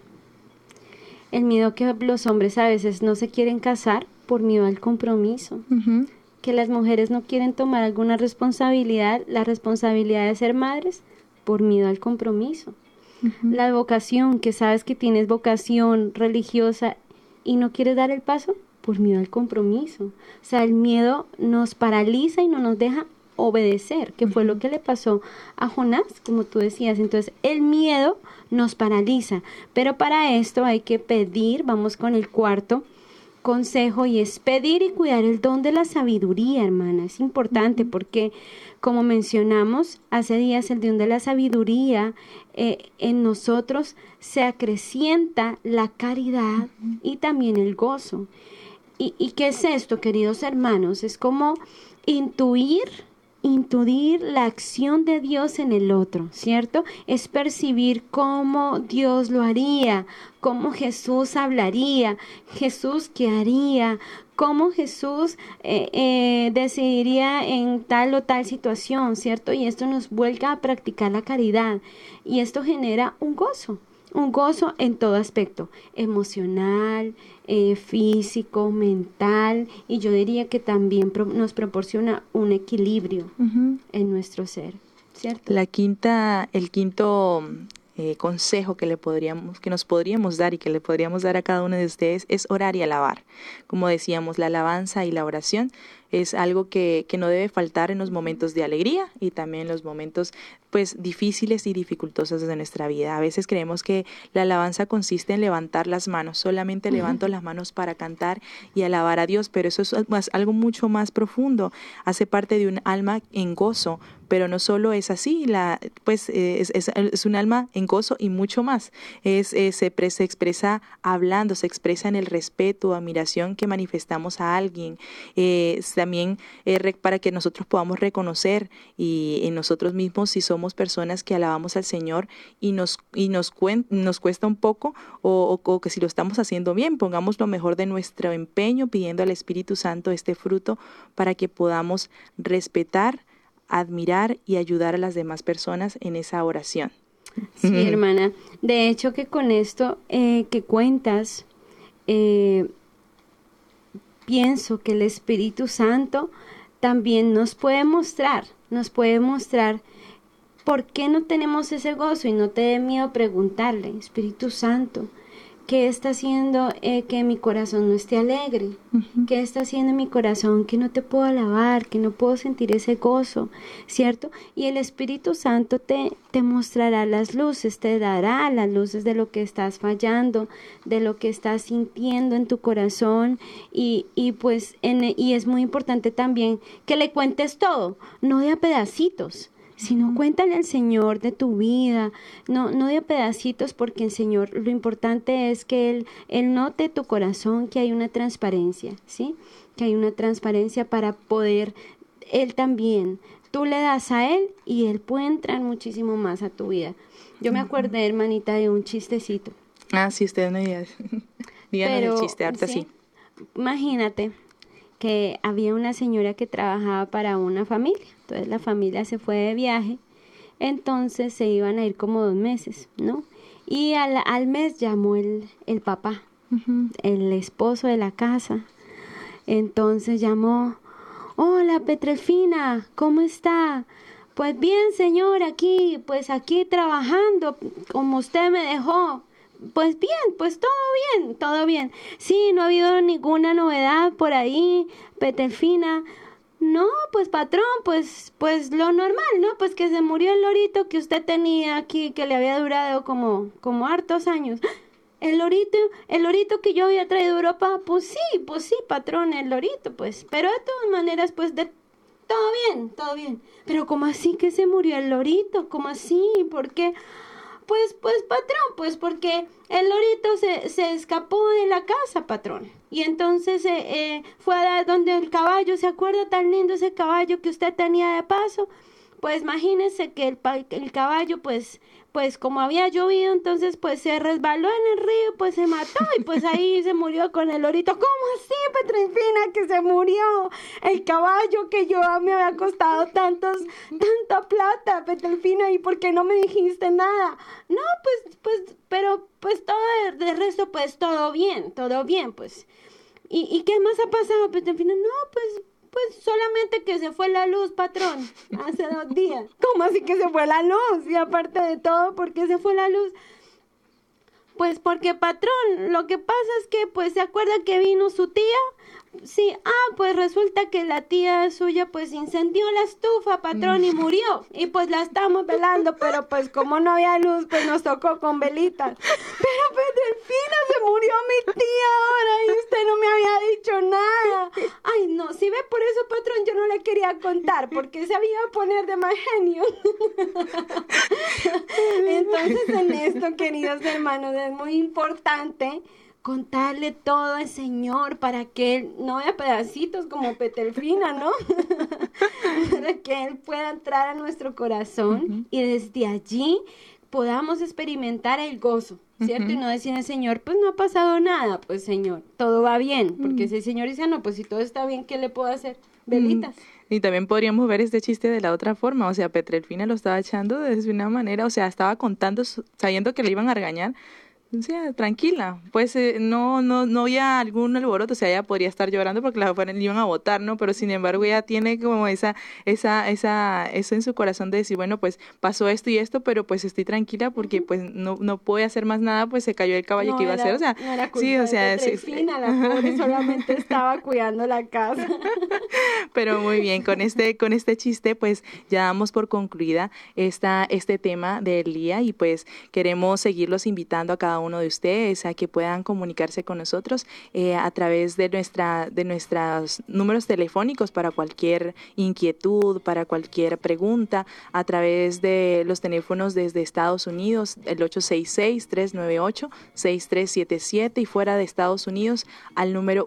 El miedo que los hombres a veces no se quieren casar por miedo al compromiso. Uh-huh. Que las mujeres no quieren tomar alguna responsabilidad, la responsabilidad de ser madres, por miedo al compromiso. Uh-huh. La vocación, que sabes que tienes vocación religiosa y no quieres dar el paso, por miedo al compromiso. O sea, el miedo nos paraliza y no nos deja obedecer, que fue lo que le pasó a Jonás, como tú decías. Entonces, el miedo nos paraliza, pero para esto hay que pedir. Vamos con el cuarto consejo, y es pedir y cuidar el don de la sabiduría, hermana. Es importante porque, como mencionamos hace días, el don de la sabiduría en nosotros se acrecienta la caridad y también el gozo. ¿Y qué es esto, queridos hermanos? Es como intuir la acción de Dios en el otro, ¿cierto? Es percibir cómo Dios lo haría, cómo Jesús hablaría, Jesús qué haría, cómo Jesús decidiría en tal o tal situación, ¿cierto? Y esto nos vuelca a practicar la caridad, y esto genera un gozo en todo aspecto, emocional, físico, mental, y yo diría que también nos proporciona un equilibrio en nuestro ser, ¿cierto? El quinto consejo que nos podríamos dar y que le podríamos dar a cada uno de ustedes es orar y alabar. Como decíamos, la alabanza y la oración es algo que no debe faltar en los momentos de alegría y también en los momentos pues difíciles y dificultosos de nuestra vida. A veces creemos que la alabanza consiste en levantar las manos, solamente levanto las manos para cantar y alabar a Dios, pero eso es algo mucho más profundo, hace parte de un alma en gozo, pero no solo es así, es un alma en gozo y mucho más. Se expresa hablando, se expresa en el respeto, admiración que manifestamos a alguien, también para que nosotros podamos reconocer y en nosotros mismos si somos personas que alabamos al Señor y nos cuesta un poco o que si lo estamos haciendo bien, pongamos lo mejor de nuestro empeño pidiendo al Espíritu Santo este fruto para que podamos respetar, admirar y ayudar a las demás personas en esa oración. Sí, hermana. De hecho que con esto que cuentas, pienso que el Espíritu Santo también nos puede mostrar por qué no tenemos ese gozo, y no te dé miedo preguntarle, Espíritu Santo, ¿qué está haciendo que mi corazón no esté alegre? ¿Qué está haciendo en mi corazón que no te puedo alabar, que no puedo sentir ese gozo? ¿Cierto? Y el Espíritu Santo te mostrará las luces, te dará las luces de lo que estás fallando, de lo que estás sintiendo en tu corazón. Y es muy importante también que le cuentes todo, no de a pedacitos, sino cuéntale al Señor de tu vida, no de pedacitos, porque el Señor, lo importante es que Él note tu corazón, que hay una transparencia, ¿sí? Que hay una transparencia para poder, Él también, tú le das a Él y Él puede entrar muchísimo más a tu vida. Yo me acordé, hermanita, de un chistecito. Ah, sí, usted no diga. Díganos el chiste, ahorita sí. Imagínate que había una señora que trabajaba para una familia. Entonces la familia se fue de viaje, entonces se iban a ir como 2 meses, ¿no? Y al mes llamó el papá, el esposo de la casa. Entonces llamó, hola Petrelfina, ¿cómo está? Pues bien, señor, aquí trabajando como usted me dejó. Pues bien, pues todo bien. Sí, no ha habido ninguna novedad por ahí, Petrelfina. No, pues patrón, pues lo normal, ¿no? Pues que se murió el lorito que usted tenía aquí, que le había durado como hartos años. El lorito que yo había traído de Europa, pues sí, patrón, el lorito, pues. Pero de todas maneras, pues todo bien. Pero ¿cómo así que se murió el lorito? ¿Cómo así? ¿Por qué? Pues patrón, pues porque el lorito se escapó de la casa, patrón. Y entonces fue a donde el caballo, ¿se acuerda tan lindo ese caballo que usted tenía de paso? Pues imagínese que el caballo, pues como había llovido, entonces pues se resbaló en el río, pues se mató y pues ahí se murió con el lorito. ¿Cómo así, Petrelfina, que se murió el caballo que yo me había costado tanta plata, Petrelfina? ¿Y por qué no me dijiste nada? No, pero pues todo de resto, pues todo bien, pues. ¿Y qué más ha pasado, Petrelfina? No, pues solamente que se fue la luz, patrón, hace 2 días. ¿Cómo así que se fue la luz? Y aparte de todo, ¿por qué se fue la luz? Pues porque, patrón, lo que pasa es que, pues, ¿se acuerda que vino su tía? Sí, pues resulta que la tía suya, pues, incendió la estufa, patrón, y murió. Y pues la estamos velando, pero pues como no había luz, pues nos tocó con velitas. Pero Petrelfina, se murió mi tía ahora y usted no me había dicho nada. Ay, no, si ve, por eso, patrón, yo no le quería contar, porque se había a poner de mal genio. Entonces, en esto, queridos hermanos, es muy importante contarle todo al Señor para que Él no vea pedacitos como Petrelfina, ¿no? Para que Él pueda entrar a nuestro corazón y desde allí podamos experimentar el gozo, ¿cierto? Y no decir al Señor, pues no ha pasado nada, pues Señor, todo va bien, porque si el Señor dice, no, pues si todo está bien, ¿qué le puedo hacer? Velitas. Y también podríamos ver este chiste de la otra forma, o sea, Petrelfina lo estaba echando desde una manera, o sea, estaba contando, sabiendo que le iban a regañar. O sea, tranquila, pues no había algún alboroto, o sea, ella podría estar llorando porque la iban a botar, ¿no? Pero sin embargo ella tiene como eso en su corazón de decir, bueno, pues pasó esto y esto, pero pues estoy tranquila porque pues no puede hacer más nada, pues se cayó el caballo que iba a hacer, o sea, no era culpa sí, o sea, de Petrelfina, la pobre solamente estaba cuidando la casa. Pero muy bien, con este chiste pues ya damos por concluida este tema del día y pues queremos seguirlos invitando a cada uno uno de ustedes a que puedan comunicarse con nosotros a través de nuestros números telefónicos para cualquier inquietud, para cualquier pregunta, a través de los teléfonos desde Estados Unidos, el 866-398-6377, y fuera de Estados Unidos al número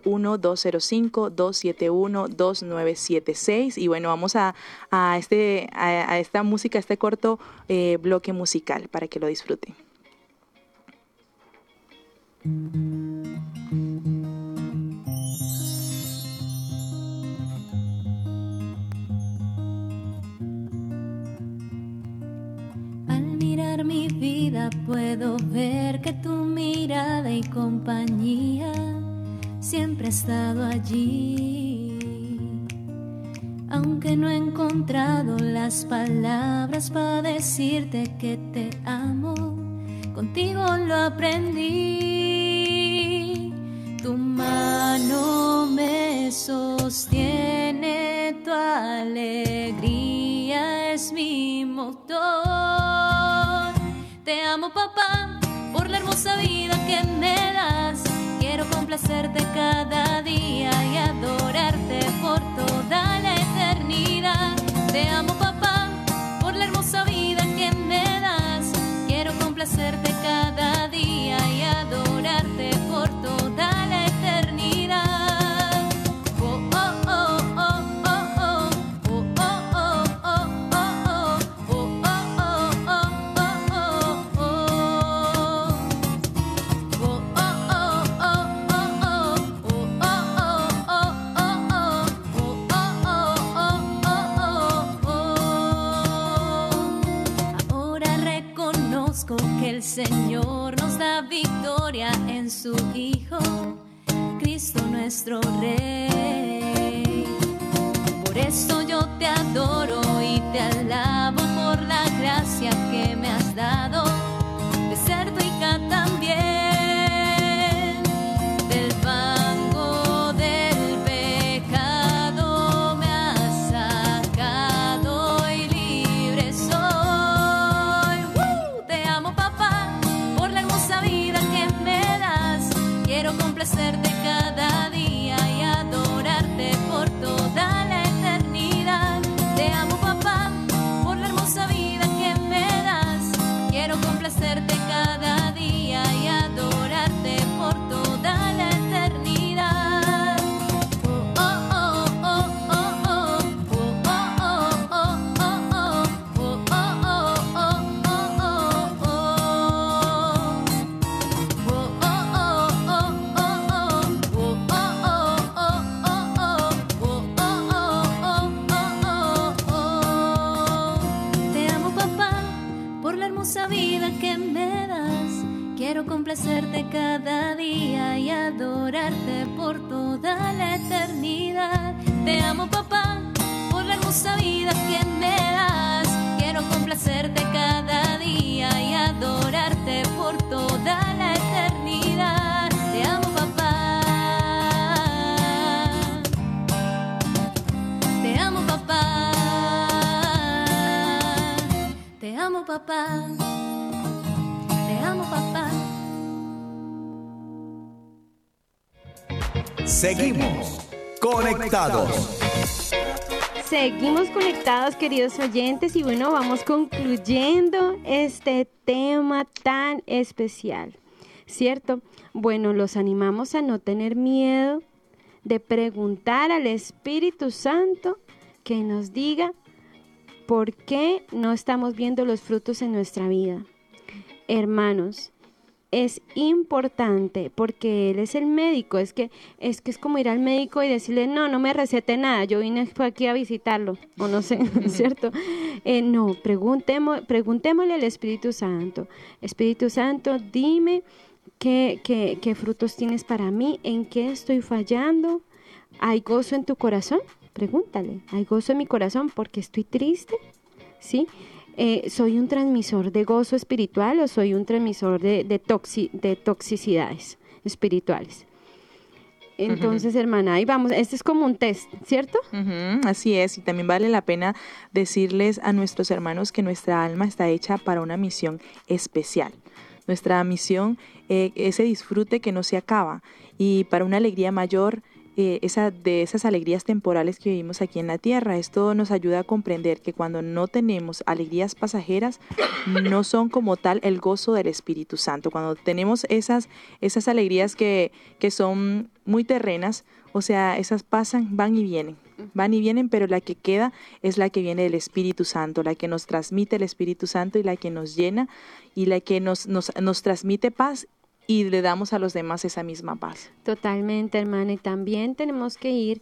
1-205-271-2976. Y bueno, vamos a esta música, este corto bloque musical para que lo disfruten. Al mirar mi vida puedo ver que tu mirada y compañía siempre ha estado allí. Aunque no he encontrado las palabras para decirte que te amo, contigo lo aprendí. Tu mano me sostiene, tu alegría es mi motor. Te amo, papá, por la hermosa vida que me das. Quiero complacerte cada día y adorarte por toda la eternidad. Te amo, papá, por la hermosa vida que me das. Quiero complacerte cada día y adorarte por toda la eternidad. Oh, oh, oh, oh, oh, oh. Oh, oh, oh, oh, oh, oh. Oh, oh, oh, oh, oh, oh, oh. Oh, oh, oh, oh, ahora reconozco que el Señor nos da victoria en su Hijo, Cristo nuestro Rey. Por eso yo te adoro y te alabo por la gracia que me has dado de ser tu hija también. Del fango del pecado me has sacado y libre soy. Te amo, papá, por la hermosa vida que me das. Quiero complacerte cada día y adorarte por toda la eternidad. Te amo, papá, por la hermosa vida que me das. Quiero complacerte cada día y adorarte por toda la eternidad. Oh, oh, oh, oh, oh, oh. Oh, oh, oh, oh, oh, oh. Oh, oh, oh, oh, oh, oh, oh. Oh, oh, oh, oh, oh, oh. Oh, oh, oh, oh, oh, oh. Te amo, papá, por la hermosa vida que me das. Quiero complacerte cada día y adorarte por toda la eternidad. Te amo, papá, por la hermosa vida que me das. Quiero complacerte cada día y adorarte por toda la eternidad. Te amo, papá. Te amo, papá. Te amo, papá. Te amo, papá. Seguimos conectados. Seguimos conectados, queridos oyentes, y bueno, vamos concluyendo este tema tan especial, ¿cierto? Bueno, los animamos a no tener miedo de preguntar al Espíritu Santo que nos diga por qué no estamos viendo los frutos en nuestra vida. Hermanos, es importante porque Él es el médico. Es que es como ir al médico y decirle, no me recete nada, yo vine aquí a visitarlo, o no sé, ¿cierto? No, preguntémosle al Espíritu Santo. Espíritu Santo, dime qué frutos tienes para mí, en qué estoy fallando. ¿Hay gozo en tu corazón? Pregúntale, ¿hay gozo en mi corazón porque estoy triste? ¿Sí? ¿Soy un transmisor de gozo espiritual o soy un transmisor de toxicidades espirituales? Entonces, hermana, ahí vamos. Este es como un test, ¿cierto? Así es, y también vale la pena decirles a nuestros hermanos que nuestra alma está hecha para una misión especial. nuestra misión, ese disfrute que no se acaba, y para una alegría mayor, de esas alegrías temporales que vivimos aquí en la tierra. Esto nos ayuda a comprender que cuando no tenemos alegrías pasajeras, no son como tal el gozo del Espíritu Santo. Cuando tenemos esas alegrías que son muy terrenas, o sea, esas pasan, van y vienen, pero la que queda es la que viene del Espíritu Santo, la que nos transmite el Espíritu Santo y la que nos llena y la que nos transmite paz, y le damos a los demás esa misma paz. Totalmente, hermana. Y también tenemos que ir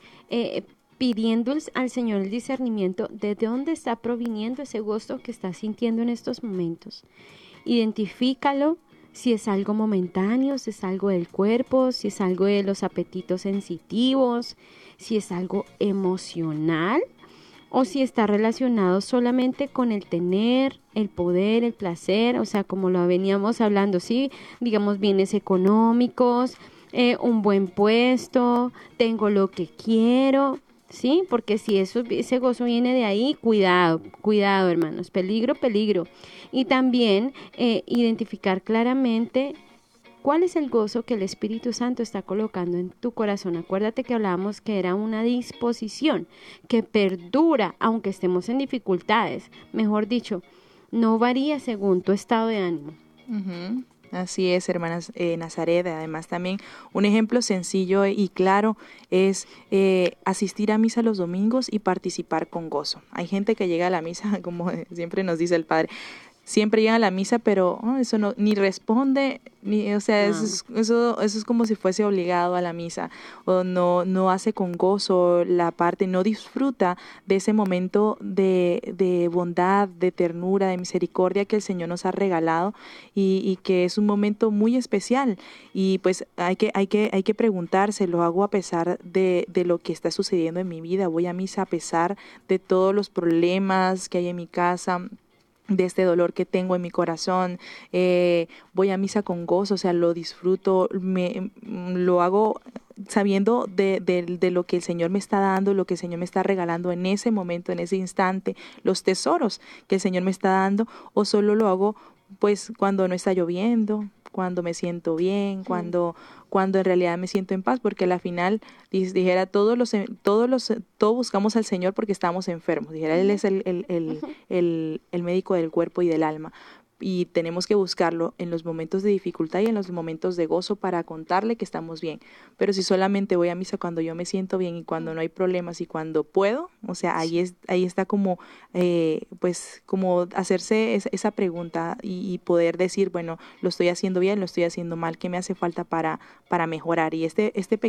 pidiendo al Señor el discernimiento de dónde está proviniendo ese gozo que estás sintiendo en estos momentos. Identifícalo, si es algo momentáneo, si es algo del cuerpo, si es algo de los apetitos sensitivos, si es algo emocional, o si está relacionado solamente con el tener, el poder, el placer, o sea, como lo veníamos hablando, ¿sí? Digamos, bienes económicos, un buen puesto, tengo lo que quiero, ¿sí? Porque si ese gozo viene de ahí, cuidado, hermanos, peligro. Y también identificar claramente ¿cuál es el gozo que el Espíritu Santo está colocando en tu corazón? Acuérdate que hablábamos que era una disposición que perdura aunque estemos en dificultades. Mejor dicho, no varía según tu estado de ánimo. Uh-huh. Así es, hermanas Nazaret. Además, también un ejemplo sencillo y claro es asistir a misa los domingos y participar con gozo. Hay gente que llega a la misa, como siempre nos dice el Padre, siempre llegan a la misa, pero eso no, ni responde, o sea, eso es como si fuese obligado a la misa, o no hace con gozo la parte, no disfruta de ese momento de bondad, de ternura, de misericordia que el Señor nos ha regalado, y que es un momento muy especial. Y pues hay que preguntarse, ¿lo hago a pesar de lo que está sucediendo en mi vida? ¿Voy a misa a pesar de todos los problemas que hay en mi casa, de este dolor que tengo en mi corazón? Voy a misa con gozo, o sea, lo disfruto, lo hago sabiendo de lo que el Señor me está dando, lo que el Señor me está regalando en ese momento, en ese instante, los tesoros que el Señor me está dando, o solo lo hago pues cuando no está lloviendo, cuando me siento bien, cuando en realidad me siento en paz, porque al final dijera todos buscamos al Señor porque estamos enfermos. Dijera, Él es el médico del cuerpo y del alma. Y tenemos que buscarlo en los momentos de dificultad y en los momentos de gozo para contarle que estamos bien. Pero si solamente voy a misa cuando yo me siento bien y cuando no hay problemas y cuando puedo, o sea, ahí está como, pues, como hacerse esa pregunta y poder decir, bueno, lo estoy haciendo bien, lo estoy haciendo mal, ¿qué me hace falta para mejorar? Y ese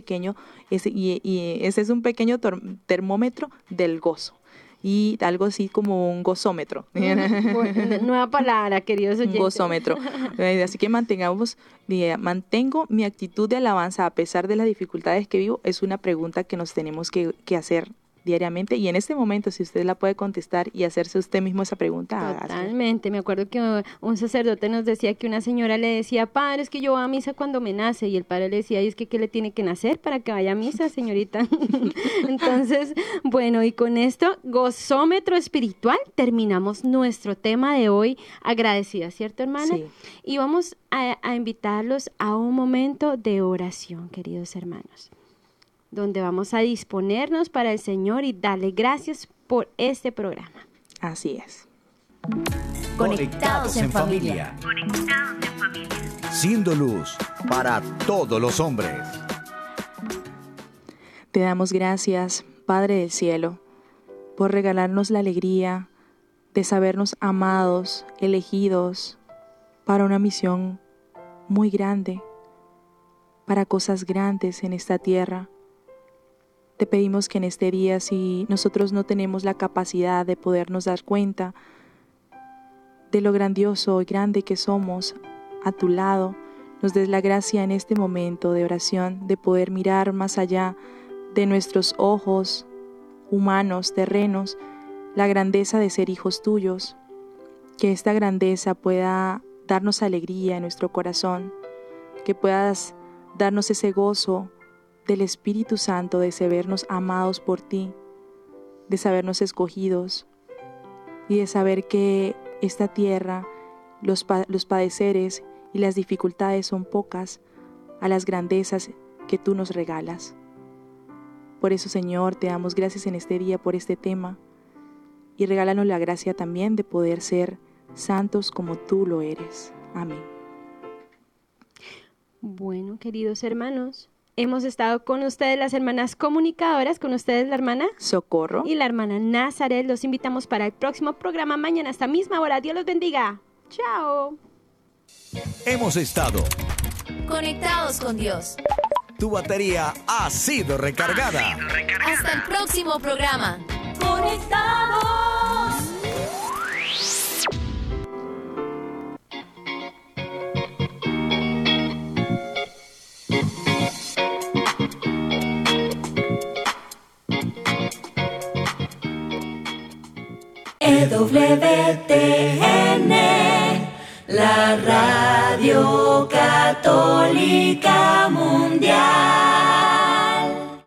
es un pequeño termómetro del gozo. Y algo así como un gozómetro. Nueva palabra, queridos oyentes. Gozómetro. Así que mantengo mi actitud de alabanza a pesar de las dificultades que vivo. Es una pregunta que nos tenemos que hacer diariamente, y en este momento, si usted la puede contestar y hacerse usted mismo esa pregunta, totalmente. Me acuerdo que un sacerdote nos decía que una señora le decía, padre, es que yo voy a misa cuando me nace, y el padre le decía, ¿y es que qué le tiene que nacer para que vaya a misa, señorita? Entonces, bueno, y con esto, gozómetro espiritual, terminamos nuestro tema de hoy, agradecida, ¿cierto, hermana? Sí. Y vamos a invitarlos a un momento de oración, queridos hermanos, donde vamos a disponernos para el Señor y darle gracias por este programa. Así es. Conectados en familia. Siendo luz para todos los hombres. Te damos gracias, Padre del Cielo, por regalarnos la alegría de sabernos amados, elegidos para una misión muy grande, para cosas grandes en esta tierra. Te pedimos que en este día, si nosotros no tenemos la capacidad de podernos dar cuenta de lo grandioso y grande que somos a tu lado, nos des la gracia en este momento de oración de poder mirar más allá de nuestros ojos humanos, terrenos, la grandeza de ser hijos tuyos, que esta grandeza pueda darnos alegría en nuestro corazón, que puedas darnos ese gozo del Espíritu Santo, de sabernos amados por ti, de sabernos escogidos y de saber que esta tierra, los padeceres y las dificultades son pocas a las grandezas que tú nos regalas. Por eso, Señor, te damos gracias en este día por este tema y regálanos la gracia también de poder ser santos como tú lo eres. Amén. Bueno, queridos hermanos, hemos estado con ustedes las hermanas comunicadoras, con ustedes la hermana Socorro y la hermana Nazaret. Los invitamos para el próximo programa mañana a esta misma hora. Dios los bendiga. Chao. Hemos estado. Conectados con Dios. Tu batería ha sido recargada. Hasta el próximo programa. Conectados. EWTN, la Radio Católica Mundial.